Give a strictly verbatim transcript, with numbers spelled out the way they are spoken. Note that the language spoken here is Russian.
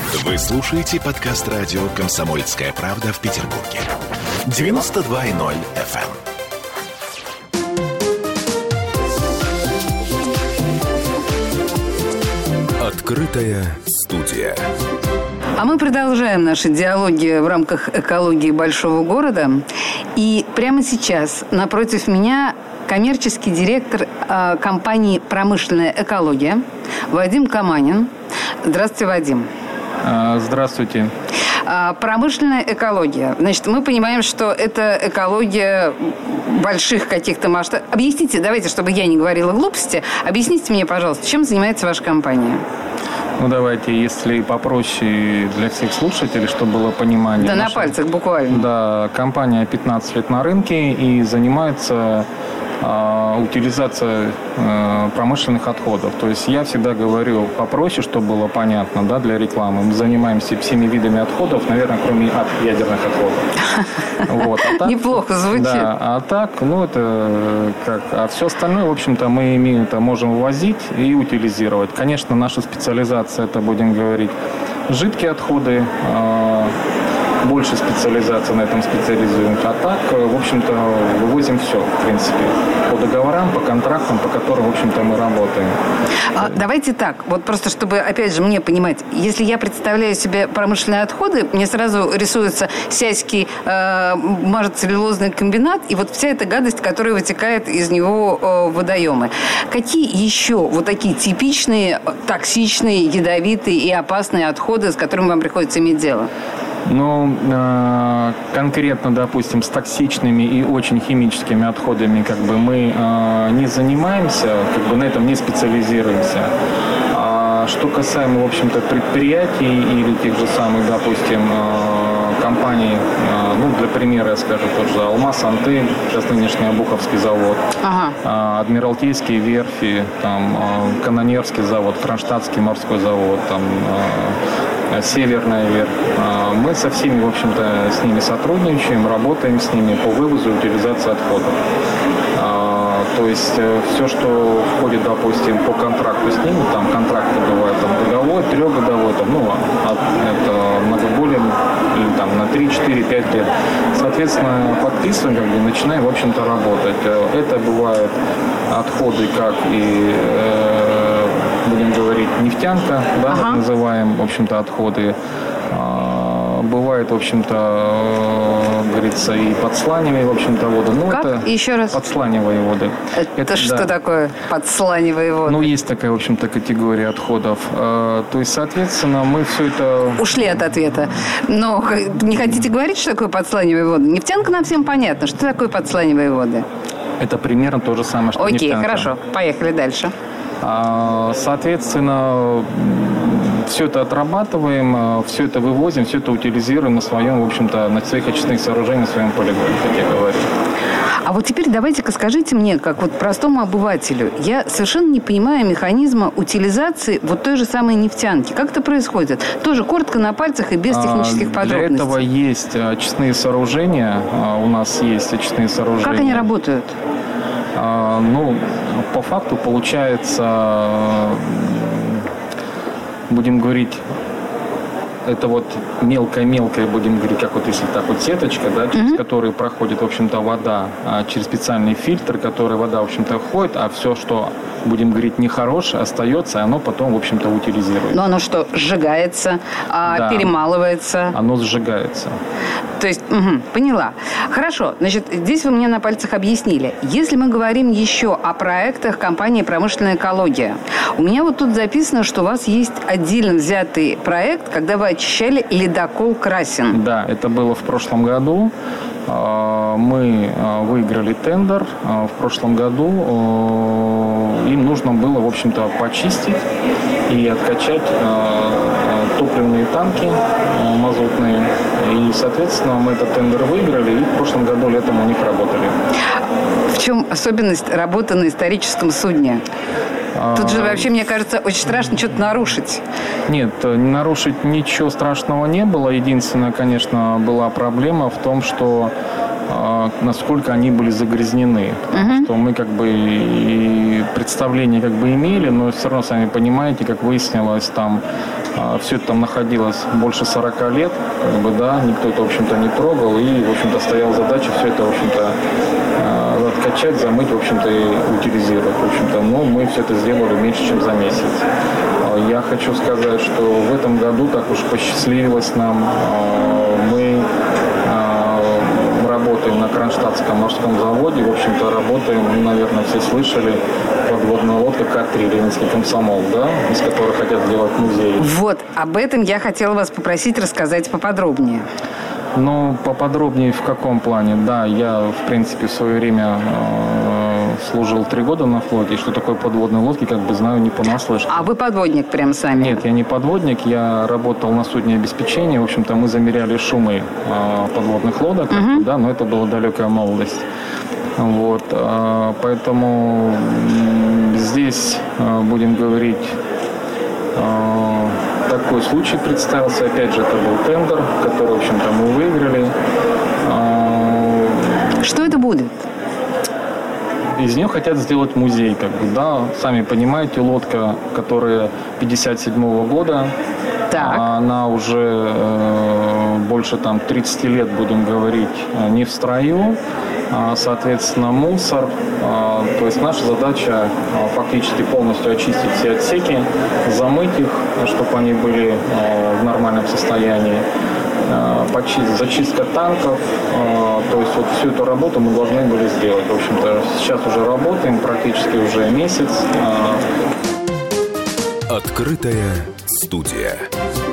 Вы слушаете подкаст радио «Комсомольская правда» в Петербурге. девяносто два и ноль эф эм. Открытая студия. А мы продолжаем наши диалоги в рамках экологии большого города. И прямо сейчас напротив меня коммерческий директор э, компании «Промышленная экология» Вадим Каманин. Здравствуйте, Вадим. Здравствуйте. Промышленная экология. Значит, мы понимаем, что это экология больших каких-то масштабов. Объясните, давайте, чтобы я не говорила глупости, объясните мне, пожалуйста, чем занимается ваша компания? Ну, давайте, если попроще для всех слушателей, чтобы было понимание. Да, наша, на пальцах буквально. Да, компания пятнадцать лет на рынке и занимается а, утилизацией а, промышленных отходов. То есть я всегда говорю попроще, чтобы было понятно, да, для рекламы. Мы занимаемся всеми видами отходов, наверное, кроме от ядерных отходов. Вот. А так, неплохо звучит. Да, а так, ну, это как... А все остальное, в общем-то, мы имеем, это можем ввозить и утилизировать. Конечно, наша специализация, это, будем говорить, жидкие отходы, больше специализации на этом специализируемся. А так, в общем-то, вывозим все, в принципе. По договорам, по контрактам, по которым, в общем-то, мы работаем. А, давайте так, вот просто чтобы, опять же, мне понимать, если я представляю себе промышленные отходы, мне сразу рисуется Сяський э, мажоцеллюлозный комбинат и вот вся эта гадость, которая вытекает из него э, в водоемы. Какие еще вот такие типичные, токсичные, ядовитые и опасные отходы, с которыми вам приходится иметь дело? Ну, э, конкретно, допустим, с токсичными и очень химическими отходами как бы мы э, не занимаемся, как бы на этом не специализируемся. А что касаемо, в общем-то, предприятий или тех же самых, допустим, э, компаний, э, ну, для примера я скажу, тот же Алмаз, Антей, сейчас нынешний Обуховский завод, ага. э, Адмиралтейские верфи, там, э, Канонерский завод, Кронштадтский морской завод, там, э, Северная верфь. Мы со всеми, в общем-то, с ними сотрудничаем, работаем с ними по вывозу и утилизации отходов. То есть все, что входит, допустим, по контракту с ними, там контракты бывают там, годовой, трехгодовой, там, ну, это многоболее, или там на три, четыре, пять лет. Соответственно, подписываем, как бы, начинаем, в общем-то, работать. Это бывают отходы, как и будем говорить, нефтянка, да, ага. называем, в общем-то, отходы. Бывает, в общем-то, говорится, и подсланивая, в общем-то, воды. Ну, как? Это еще раз? Подсланивая воды. Это, это что да. такое подсланивая воды? Ну, есть такая, в общем-то, категория отходов. То есть, соответственно, мы все это... Ушли от ответа. Но не хотите говорить, что такое подсланивая воды? Нефтянка нам всем понятно. Что такое подсланивая воды? Это примерно то же самое, что Окей, нефтянка. Окей, хорошо. Поехали дальше. Соответственно, все это отрабатываем, все это вывозим, все это утилизируем на своем, в общем-то, на своих очистных сооружениях, на своем полигоне, как я говорю. А вот теперь давайте-ка скажите мне, как вот простому обывателю, я совершенно не понимаю механизма утилизации вот той же самой нефтянки. Как это происходит? Тоже коротко на пальцах и без технических а, подробностей. Для этого есть очистные сооружения, у нас есть очистные сооружения. Как они работают? А, ну, по факту получается, будем говорить, это вот мелкая-мелкая, будем говорить, как вот если так вот сеточка, да, через mm-hmm. которую проходит, в общем-то, вода, а через специальный фильтр, который вода, в общем-то, входит, а все, что, будем говорить, нехорошее, остается, и оно потом, в общем-то, утилизируется. Но оно что, сжигается, а да, перемалывается? Оно сжигается. То есть, угу, поняла. Хорошо, значит, здесь вы мне на пальцах объяснили. Если мы говорим еще о проектах компании «Промышленная экология», у меня вот тут записано, что у вас есть отдельно взятый проект, когда вы очищали ледокол «Красин». Да, это было в прошлом году. Мы выиграли тендер в прошлом году. Им нужно было, в общем-то, почистить и откачать топливные танки мазутные. И, соответственно, мы этот тендер выиграли, и в прошлом году летом у них работали. В чем особенность работы на историческом судне? Тут же вообще, мне кажется, очень страшно что-то нарушить. Нет, нарушить ничего страшного не было. Единственное, конечно, была проблема в том, что насколько они были загрязнены. Потому uh-huh. что мы как бы и представление как бы имели, но все равно, сами понимаете, как выяснилось, там Все это там находилось больше сорока лет, как бы, да, никто это, в общем-то, не трогал, и, в общем-то, стояла задача все это, в общем-то, откачать, замыть, в общем-то, и утилизировать, в общем-то. Но мы все это сделали меньше, чем за месяц. Я хочу сказать, что в этом году так уж посчастливилось нам. Мы работаем на Кронштадтском морском заводе. В общем-то, работаем, наверное, все слышали, подводная лодка К-три, Ленинский комсомол, да, из которой хотят сделать музей. Вот, об этом я хотела вас попросить рассказать поподробнее. Ну, поподробнее в каком плане? Да, я, в принципе, в свое время э, служил три года на флоте, и что такое подводные лодки, как бы знаю не понаслышке. А вы подводник прям сами? Нет, я не подводник, я работал на судне обеспечения. В общем-то, мы замеряли шумы э, подводных лодок, uh-huh. да, но это была далекая молодость. Вот, э, поэтому здесь э, будем говорить... Э, Такой случай представился. Опять же, это был тендер, который, в общем-то, мы выиграли. Что это будет? Из нее хотят сделать музей, как бы, да. Сами понимаете, лодка, которая пятьдесят седьмого года, так. Она уже э, больше там тридцать лет, будем говорить, не в строю. Соответственно, мусор. То есть наша задача фактически полностью очистить все отсеки, замыть их, чтобы они были в нормальном состоянии. Зачистка танков. То есть вот всю эту работу мы должны были сделать. В общем-то, сейчас уже работаем, практически уже месяц. Открытая студия.